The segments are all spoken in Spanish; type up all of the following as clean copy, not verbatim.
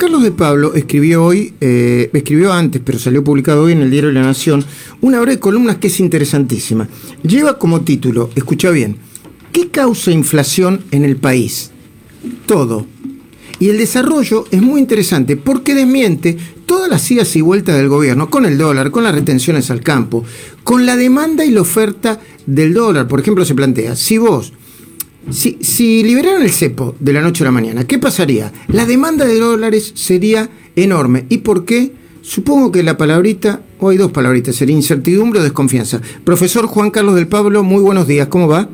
Carlos de Pablo escribió hoy, escribió antes, pero salió publicado hoy en el diario La Nación, una breve columna que es interesantísima. Lleva como título, escucha bien, ¿qué causa inflación en el país? Todo. Y el desarrollo es muy interesante porque desmiente todas las idas y vueltas del gobierno con el dólar, con las retenciones al campo, con la demanda y la oferta del dólar. Por ejemplo, se plantea, si liberaran el cepo de la noche a la mañana, ¿qué pasaría? La demanda de dólares sería enorme. ¿Y por qué? Supongo que la palabrita, o hay dos palabritas, sería incertidumbre o desconfianza. Profesor Juan Carlos del Pablo, muy buenos días, ¿cómo va?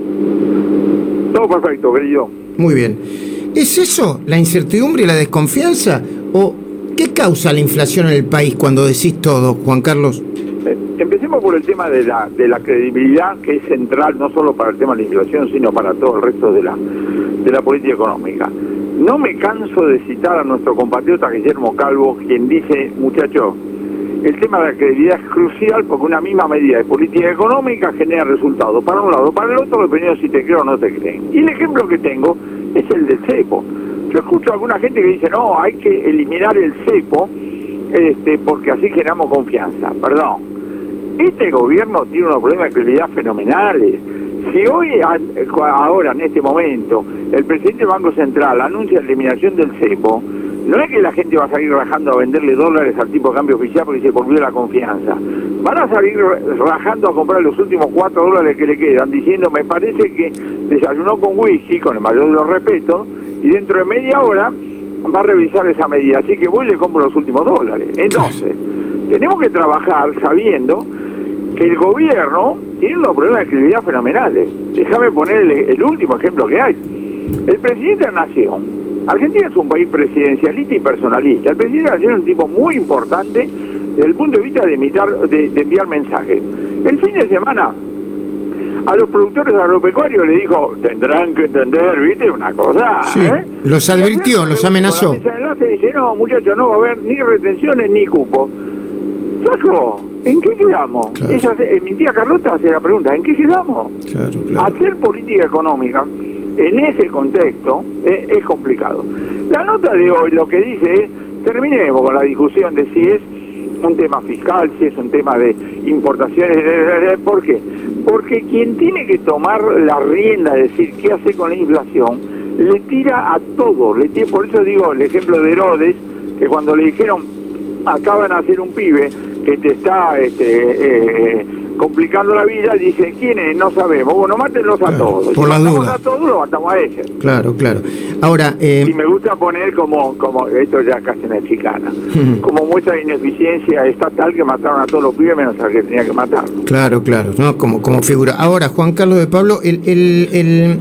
Todo perfecto, querido. Muy bien. ¿Es eso, la incertidumbre y la desconfianza? ¿O qué causa la inflación en el país cuando decís todo, Juan Carlos? Empecemos por el tema de la credibilidad, que es central no solo para el tema de la inflación, sino para todo el resto de la política económica. No me canso de citar a nuestro compatriota Guillermo Calvo, quien dice, muchachos, el tema de la credibilidad es crucial porque una misma medida de política económica genera resultados para un lado, para el otro, dependiendo si te creen o no te creen. Y el ejemplo que tengo es el del cepo. Yo escucho a alguna gente que dice, no, hay que eliminar el cepo porque así generamos confianza. Perdón. Este gobierno tiene unos problemas de credibilidad fenomenales. Si hoy, ahora, en este momento, el presidente del Banco Central anuncia la eliminación del cepo, no es que la gente va a salir rajando a venderle dólares al tipo de cambio oficial porque se volvió la confianza. Van a salir rajando a comprar los últimos $4 que le quedan, diciendo, me parece que desayunó con whisky, con el mayor de los respetos, y dentro de media hora va a revisar esa medida. Así que voy y le compro los últimos dólares. Entonces, tenemos que trabajar sabiendo que el gobierno tiene unos problemas de credibilidad fenomenales. Déjame poner el último ejemplo que hay. El presidente de la Nación, Argentina es un país presidencialista y personalista. El presidente de la Nación es un tipo muy importante desde el punto de vista de enviar mensajes. El fin de semana, a los productores agropecuarios le dijo, tendrán que entender, ¿viste? Una cosa, sí, los advirtió, los amenazó. Enlace dice, no, muchachos, no va a haber ni retenciones ni cupo. Saco, ¿en qué quedamos? Claro. Mi tía Carlota hace la pregunta, ¿en qué quedamos? Claro. Hacer política económica en ese contexto es complicado. La nota de hoy lo que dice es, terminemos con la discusión de si es un tema fiscal, si es un tema de importaciones. ¿Por qué? Porque quien tiene que tomar la rienda de decir qué hace con la inflación, le tira a todo. Por eso digo el ejemplo de Herodes, que cuando le dijeron, acaban de hacer un pibe que te está complicando la vida, dice, ¿quién es? No sabemos. Bueno, mátenlos a todos. Por la duda. A todos, lo matamos a ellos. Claro. Ahora, y me gusta poner como esto ya casi mexicana, como muestra de ineficiencia estatal que mataron a todos los pibes menos al que tenía que matar. Claro, ¿no? Como figura. Ahora, Juan Carlos de Pablo, el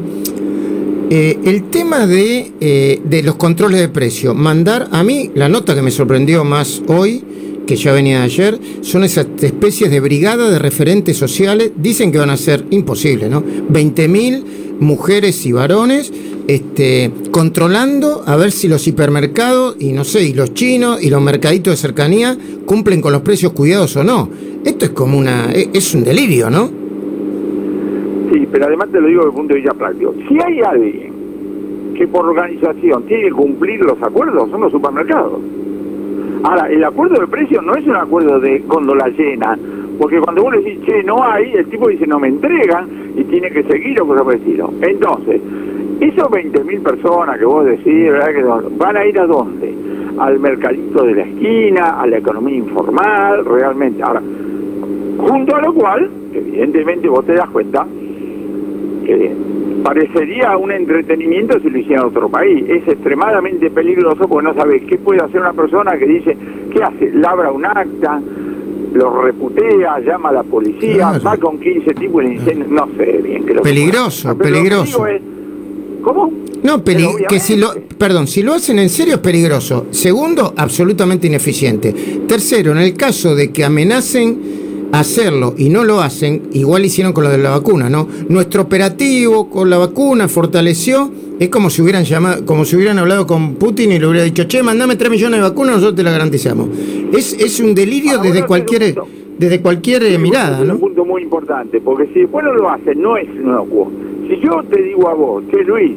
tema de los controles de precio, mandar, a mí la nota que me sorprendió más hoy, que ya venía de ayer, son esas especies de brigada de referentes sociales, dicen que van a ser imposibles, ¿no? 20.000 mujeres y varones controlando a ver si los hipermercados y y los chinos y los mercaditos de cercanía cumplen con los precios cuidados o no. Esto es como es un delirio, ¿no? Sí, pero además te lo digo desde el punto de vista práctico. Si hay alguien que por organización tiene que cumplir los acuerdos, son los supermercados. Ahora, el acuerdo de precios no es un acuerdo de góndola llena, porque cuando vos le decís, che, no hay, el tipo dice, no me entregan, y tiene que seguir o cosas por el estilo. Entonces, esos 20.000 personas que vos decís, ¿verdad? Que ¿van a ir a dónde? Al mercadito de la esquina, a la economía informal, realmente. Ahora, junto a lo cual, evidentemente vos te das cuenta que parecería un entretenimiento si lo hiciera en otro país. Es extremadamente peligroso porque no sabes qué puede hacer una persona que dice, ¿qué hace? Labra un acta, lo reputea, llama a la policía, va con 15 tipos y le dicen, no sé bien. Que lo peligroso. ¿Cómo? No, que si lo hacen en serio es peligroso. Segundo, absolutamente ineficiente. Tercero, en el caso de que amenacen hacerlo y no lo hacen, igual hicieron con lo de la vacuna, ¿no? Nuestro operativo con la vacuna fortaleció, es como si hubieran hablado con Putin y le hubiera dicho, che, mandame 3 millones de vacunas, nosotros te la garantizamos. Es un delirio desde cualquier mirada, ¿no? Es un punto muy importante, porque si después no lo hacen, no es inocuo. Si yo te digo a vos, che, Luis,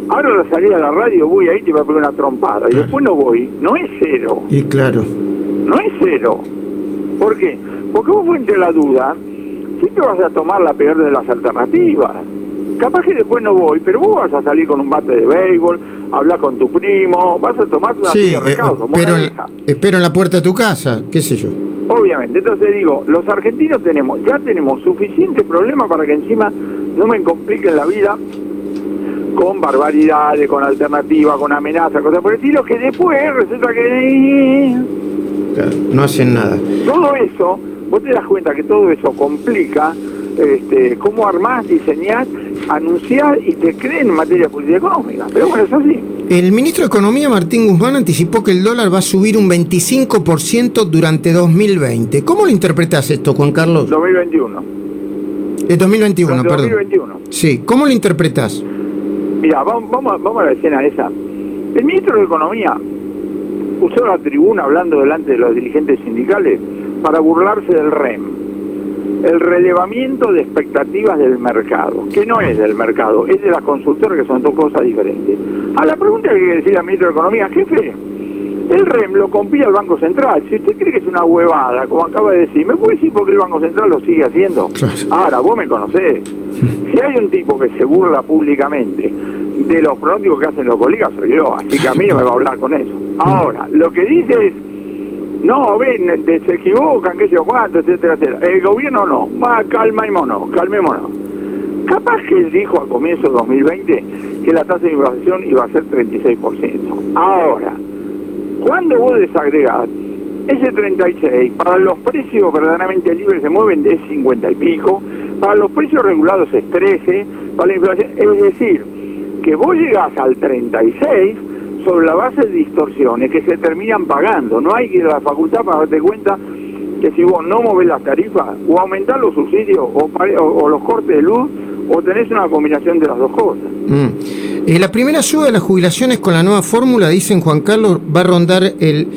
Ahora a la salida de la radio voy ahí, te voy a poner una trompada, y después no voy, no es cero. Y claro. No es cero. ¿Por qué? Porque vos entre la duda, siempre vas a tomar la peor de las alternativas. Capaz que después no voy, pero vos vas a salir con un bate de béisbol, hablar con tu primo, vas a tomar una Sí, recaudo, espero en la puerta de tu casa, qué sé yo. Obviamente, entonces digo, los argentinos ya tenemos suficiente problema para que encima no me compliquen la vida con barbaridades, con alternativas, con amenazas, cosas por el estilo, que después resulta que... Claro, no hacen nada. Todo eso, vos te das cuenta que todo eso complica cómo armás, diseñás, anunciás y te creen en materia de política económica. Pero bueno, es así. El ministro de Economía, Martín Guzmán, anticipó que el dólar va a subir un 25% durante 2020. ¿Cómo lo interpretás esto, Juan Carlos? 2021. 2021, perdón. 2021. Sí, ¿cómo lo interpretás? Mira, vamos a la escena esa. El ministro de Economía usó la tribuna hablando delante de los dirigentes sindicales para burlarse del REM, el relevamiento de expectativas del mercado, que no es del mercado, es de las consultoras, que son dos cosas diferentes. A la pregunta que decía el ministro de Economía, jefe, el REM lo compila el Banco Central. Si usted cree que es una huevada, como acaba de decir, ¿me puede decir por qué el Banco Central lo sigue haciendo? Ahora, vos me conocés. Si hay un tipo que se burla públicamente de los pronósticos que hacen los colegas, soy yo, así que a mí no me va a hablar con eso. Ahora, lo que dice es, no, ven, se equivocan, qué sé yo cuánto, etcétera, etcétera. El gobierno no, calmémonos. Capaz que él dijo a comienzo de 2020 que la tasa de inflación iba a ser 36%. Ahora, cuando vos desagregás ese 36, para los precios verdaderamente libres se mueven de 50 y pico, para los precios regulados es 13, para la inflación, es decir, que vos llegás al 36 sobre la base de distorsiones que se terminan pagando. No hay que ir a la facultad para darte cuenta que si vos no movés las tarifas, o aumentás los subsidios, o los cortes de luz, o tenés una combinación de las dos cosas. La primera suba de las jubilaciones con la nueva fórmula, dicen Juan Carlos, va a rondar el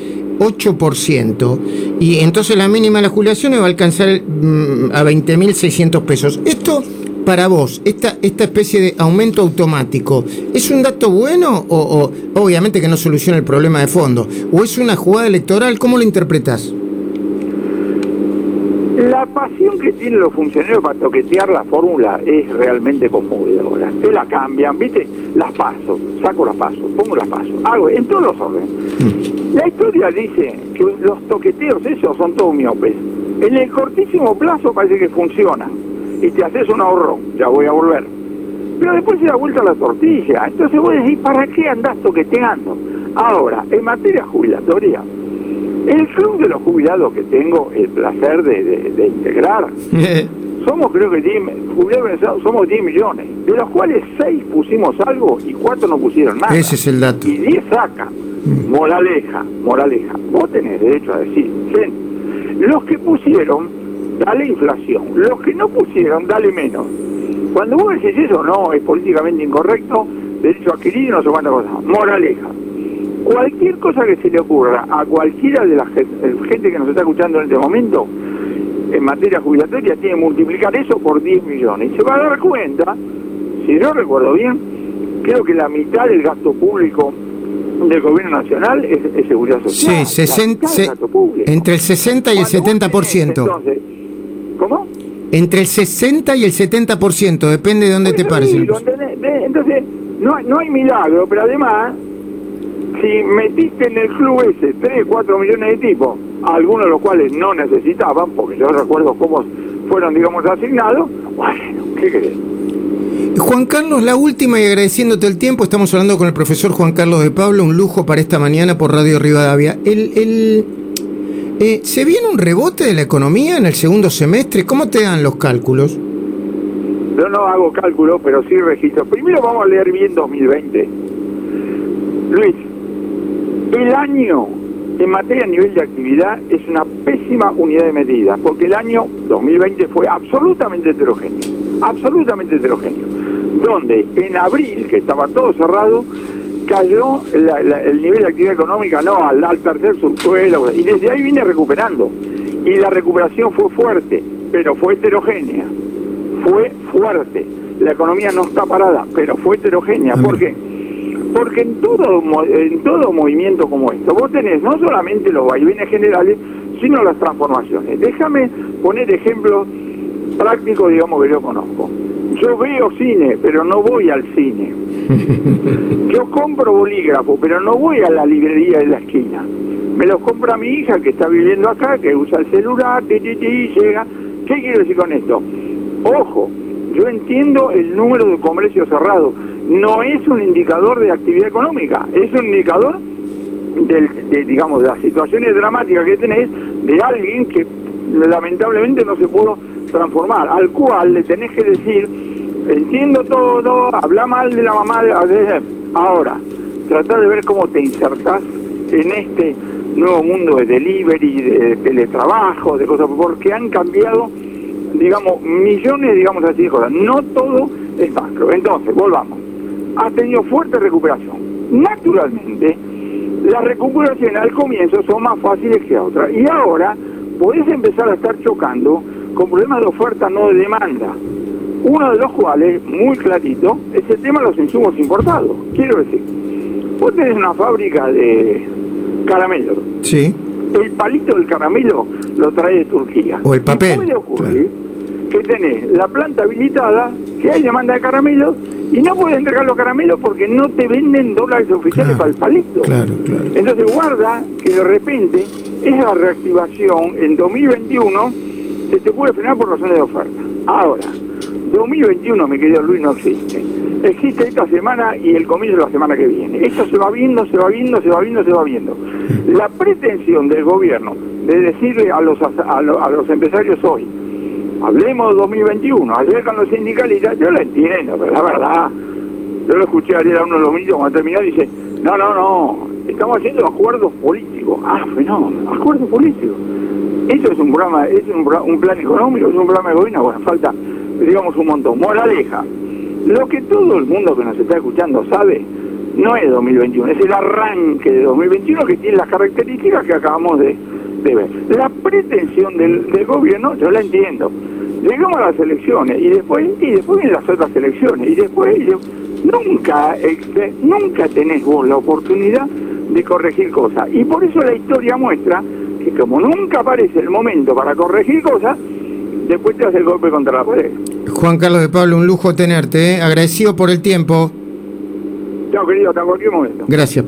8%, y entonces la mínima de las jubilaciones va a alcanzar a 20.600 pesos. Esto, para vos, esta especie de aumento automático, ¿es un dato bueno o obviamente que no soluciona el problema de fondo? ¿O es una jugada electoral? ¿Cómo lo interpretás? La pasión que tienen los funcionarios para toquetear la fórmula es realmente conmovedora. Te la cambian, ¿viste? Las paso, saco las paso, pongo las paso, hago en todos los órdenes. La historia dice que los toqueteos esos son todos miopes. En el cortísimo plazo parece que funcionan y te haces un ahorro, ya voy a volver. Pero después se da vuelta la tortilla. Entonces vos decís, ¿para qué andás toqueteando? Ahora, en materia jubilatoria, el club de los jubilados que tengo el placer de integrar, somos creo que 10 jubilados, somos 10 millones, de los cuales 6 pusimos algo y 4 no pusieron nada. Ese es el dato. Y 10 sacan. Moraleja, vos tenés derecho a decir, los que pusieron, dale inflación, los que no pusieron, dale menos. Cuando vos decís eso, no, es políticamente incorrecto, derecho adquirido, no sé cuántas cosas. Moraleja, cualquier cosa que se le ocurra a cualquiera de la gente que nos está escuchando en este momento, en materia jubilatoria, tiene que multiplicar eso por 10 millones. Y se va a dar cuenta, si yo recuerdo bien, creo que la mitad del gasto público del gobierno nacional es seguridad social. Sí, entre el 60 y el 70%. Entonces, ¿cómo? Entre el 60 y el 70%, depende de dónde te pares. Entonces, no hay milagro, pero además, si metiste en el club ese 3, 4 millones de tipos, algunos de los cuales no necesitaban, porque yo recuerdo cómo fueron, digamos, asignados, bueno, ¿qué querés? Juan Carlos, la última, y agradeciéndote el tiempo, estamos hablando con el profesor Juan Carlos de Pablo, un lujo para esta mañana por Radio Rivadavia. ¿Se viene un rebote de la economía en el segundo semestre? ¿Cómo te dan los cálculos? Yo no hago cálculos, pero sí registro. Primero vamos a leer bien 2020. Luis, el año en materia de nivel de actividad es una pésima unidad de medida, porque el año 2020 fue absolutamente heterogéneo, donde en abril, que estaba todo cerrado, cayó el nivel de actividad económica al tercer subsuelo, y desde ahí viene recuperando, y la recuperación fue fuerte, pero fue heterogénea, fue fuerte. La economía no está parada, pero fue heterogénea. ¿Por qué? Porque en todo movimiento como esto, vos tenés no solamente los vaivenes generales, sino las transformaciones. Déjame poner ejemplos prácticos, digamos, que yo conozco. Yo veo cine, pero no voy al cine. Yo compro bolígrafo, pero no voy a la librería de la esquina. Me los compra mi hija, que está viviendo acá, que usa el celular, llega. ¿Qué quiero decir con esto? Ojo, yo entiendo el número de comercio cerrado. No es un indicador de actividad económica, es un indicador digamos, de las situaciones dramáticas que tenés de alguien que lamentablemente no se pudo transformar, al cual le tenés que decir, entiendo todo, habla mal de la mamá, ahora, tratar de ver cómo te insertás en este nuevo mundo de delivery, de teletrabajo, de cosas, porque han cambiado, digamos, millones, digamos así, de cosas. No todo es macro. Entonces, volvamos. Has tenido fuerte recuperación. Naturalmente, las recuperaciones al comienzo son más fáciles que otras. Y ahora podés empezar a estar chocando con problemas de oferta, no de demanda. Uno de los cuales, muy clarito, es el tema de los insumos importados. Quiero decir, vos tenés una fábrica de caramelos. Sí. El palito del caramelo lo trae de Turquía. O el papel. Y puede ocurrir que tenés la planta habilitada, que hay demanda de caramelos, y no puedes entregar los caramelos porque no te venden dólares oficiales para el palito. Claro. Entonces guarda que de repente esa reactivación en 2021 se te puede frenar por razones de oferta. Ahora, 2021, mi querido Luis, no existe. Existe esta semana y el comienzo de la semana que viene. Esto se va viendo. La pretensión del gobierno de decirle a los empresarios hoy, hablemos de 2021, ayer con los sindicalistas, yo lo entiendo, pero la verdad, yo lo escuché ayer a uno de los ministros cuando terminó, dice, no, estamos haciendo acuerdos políticos. Fenómeno, acuerdos políticos. Eso es un programa, es un plan económico, es un programa de gobierno, bueno, falta, digamos, un montón. Moraleja, lo que todo el mundo que nos está escuchando sabe, no es 2021, es el arranque de 2021 que tiene las características que acabamos de ver. La pretensión del gobierno, yo la entiendo. Llegamos a las elecciones y después vienen las otras elecciones y después nunca tenés vos la oportunidad de corregir cosas. Y por eso la historia muestra que como nunca aparece el momento para corregir cosas, después te hace el golpe contra la pared. Juan Carlos de Pablo, un lujo tenerte, ¿eh? Agradecido por el tiempo. Chao, querido, hasta cualquier momento. Gracias.